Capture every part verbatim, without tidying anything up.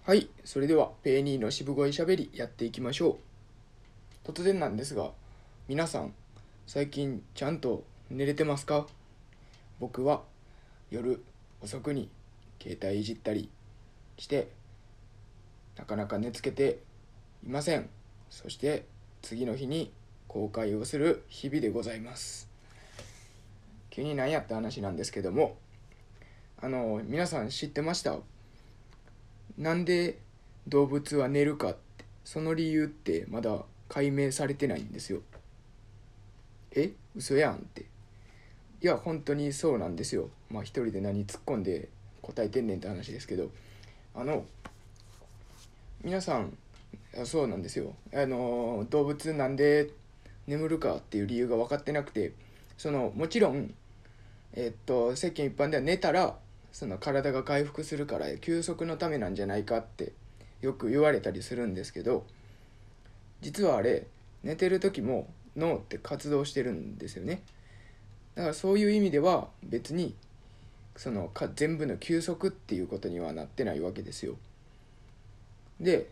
はい、それではペーニーの渋声しゃべりやっていきましょう。突然なんですが、皆さん最近ちゃんと寝れてますか？僕は夜遅くに携帯いじったりしてなかなか寝つけていません。そして次の日に後悔をする日々でございます。急に何やって話なんですけども、あの皆さん知ってました？なんで動物は寝るかって、その理由ってまだ解明されてないんですよ。え、嘘やんって。いや本当にそうなんですよ。まあ一人で何突っ込んで答えてんねんって話ですけど、あの皆さん、そうなんですよ。あの動物なんで眠るかっていう理由が分かってなくて、そのもちろんえっと世間一般では寝たらその体が回復するから休息のためなんじゃないかってよく言われたりするんですけど、実はあれ寝てる時も脳って活動してるんですよね。だからそういう意味では別にそのか全部の休息っていうことにはなってないわけですよ。で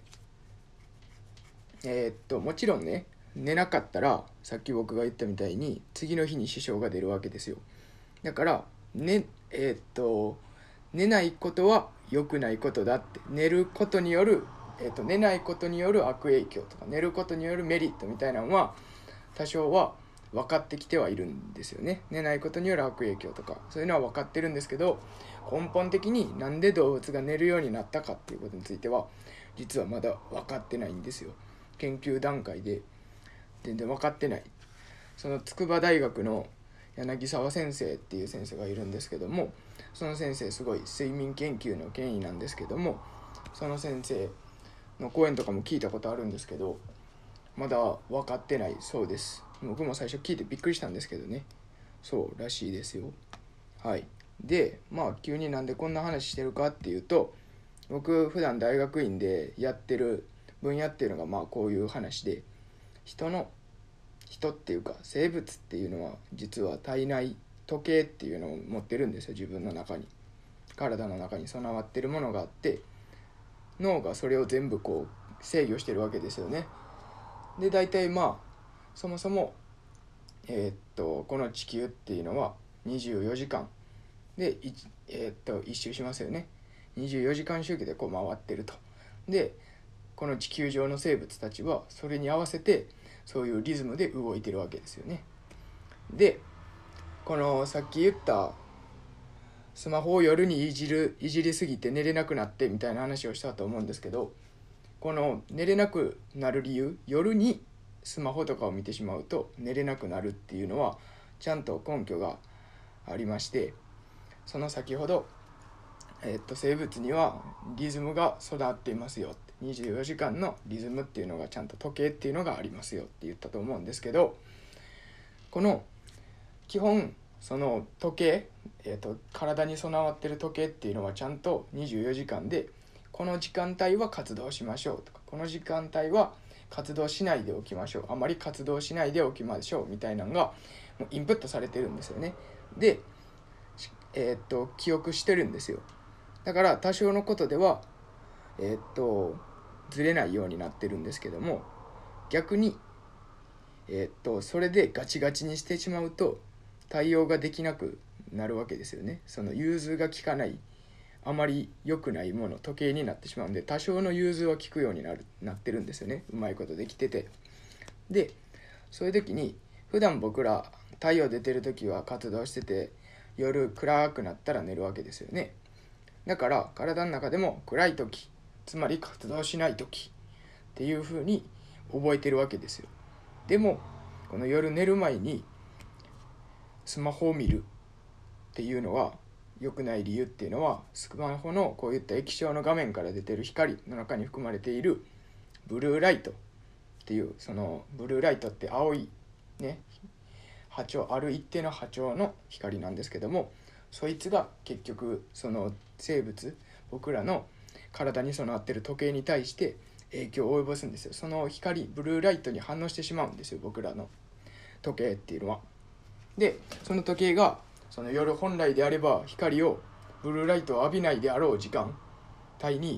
えーっともちろんね、寝なかったらさっき僕が言ったみたいに次の日に支障が出るわけですよ。だからねえーっと寝ないことは良くないことだって、寝ることによる、えーっと寝ないことによる悪影響とか寝ることによるメリットみたいなのは多少は分かってきてはいるんですよね。寝ないことによる悪影響とかそういうのは分かってるんですけど、根本的になんで動物が寝るようになったかっていうことについては実はまだ分かってないんですよ。研究段階で全然分かってない。その筑波大学の柳沢先生っていう先生がいるんですけども、その先生すごい睡眠研究の権威なんですけども、その先生の講演とかも聞いたことあるんですけど、まだ分かってないそうです。僕も最初聞いてびっくりしたんですけどね、そうらしいですよ。はい。でまあ急になんでこんな話してるかっていうと、僕普段大学院でやってる分野っていうのがまあこういう話で、人の人っていうか生物っていうのは実は体内時計っていうのを持ってるんですよ。自分の中に、体の中に備わってるものがあって、脳がそれを全部こう制御してるわけですよね。で大体まあそもそもえー、っとこの地球っていうのはにじゅうよじかんで、えー、っと一周しますよね。にじゅうよじかん周期でこう回ってると。でこの地球上の生物たちはそれに合わせてそういうリズムで動いてるわけですよね。でこのさっき言ったスマホを夜にいじるいじりすぎて寝れなくなってみたいな話をしたと思うんですけど、この寝れなくなる理由、夜にスマホとかを見てしまうと寝れなくなるっていうのはちゃんと根拠がありまして、その先ほど、えー、っと生物にはリズムが備わっていますよって、にじゅうよじかんのリズムっていうのがちゃんと時計っていうのがありますよって言ったと思うんですけど、この基本その時計、えー、と体に備わってる時計っていうのはちゃんとにじゅうよじかんで、この時間帯は活動しましょうとか、この時間帯は活動しないでおきましょう、あまり活動しないでおきましょうみたいなのがもうインプットされてるんですよね。で、えー、っと記憶してるんですよ。だから多少のことではえー、っとずれないようになってるんですけども、逆にえー、っとそれでガチガチにしてしまうと対応ができなくなるわけですよね。その融通が効かない、あまり良くないもの、時計になってしまうんで、多少の融通は効くようになるなってるんですよね。うまいことできてて。でそういう時に普段僕ら太陽出てる時は活動してて、夜暗くなったら寝るわけですよね。だから体の中でも暗い時、つまり活動しない時っていう風に覚えてるわけですよ。でもこの夜寝る前にスマホを見るっていうのは良くない理由っていうのは、スマホのこういった液晶の画面から出てる光の中に含まれているブルーライトっていう、そのブルーライトって青いね波長、ある一定の波長の光なんですけども、そいつが結局その生物、僕らの体に備わっている時計に対して影響を及ぼすんですよ。その光ブルーライトに反応してしまうんですよ、僕らの時計っていうのは。でその時計がその夜本来であれば光をブルーライトを浴びないであろう時間帯に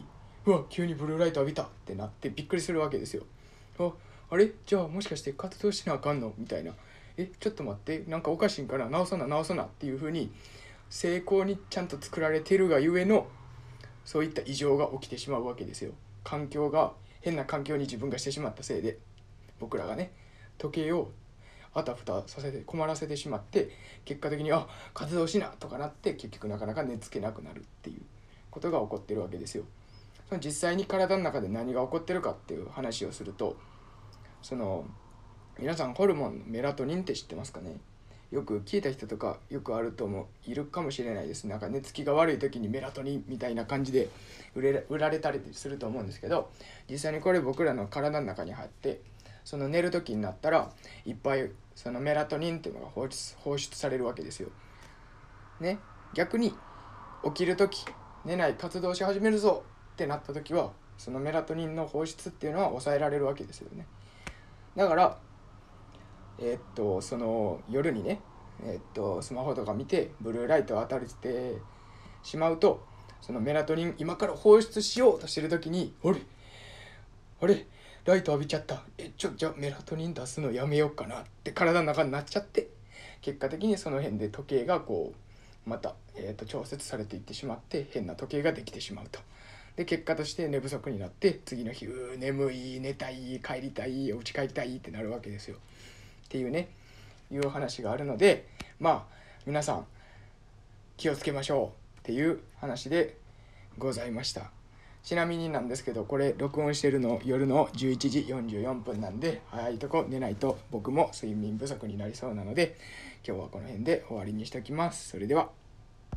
うわ急にブルーライト浴びたってなってびっくりするわけですよ。ああれじゃあもしかして活動しなあかんのみたいな、えちょっと待ってなんかおかしいんかな、直さな直さなっていう風に成功にちゃんと作られてるがゆえのそういった異常が起きてしまうわけですよ。環境が変な環境に自分がしてしまったせいで、僕らがね時計をあたふたさせて困らせてしまって、結果的にあ活動しなとかなって結局なかなか寝つけなくなるっていうことが起こってるわけですよ。その実際に体の中で何が起こってるかっていう話をすると、その皆さんホルモンメラトニンって知ってますかね。よく聞いた人とかよくあると思ういるかもしれないです。なんか寝つきが悪い時にメラトニンみたいな感じで売れ売られたりすると思うんですけど、実際にこれ僕らの体の中に入って、その寝る時になったらいっぱいそのメラトニンっていうのが放出放出されるわけですよ。ね、逆に起きる時寝ない活動し始めるぞってなった時はそのメラトニンの放出っていうのは抑えられるわけですよね。だからえーっとその夜にねえーっとスマホとか見てブルーライトを当たってしまうと、そのメラトニン今から放出しようとしてる時にあれあれライト浴びちゃった、えちょじゃあメラトニン出すのやめようかなって体の中になっちゃって、結果的にその辺で時計がこうまた、えー、と調節されていってしまって変な時計ができてしまうと。で結果として寝不足になって次の日うー眠い寝たい帰りたいお家帰りたいってなるわけですよっていうねいう話があるので、まあ皆さん気をつけましょうっていう話でございました。ちなみになんですけど、これ録音してるの夜のじゅういちじよんじゅうよんぷんなんで、早いとこ寝ないと僕も睡眠不足になりそうなので、今日はこの辺で終わりにしておきます。それでは。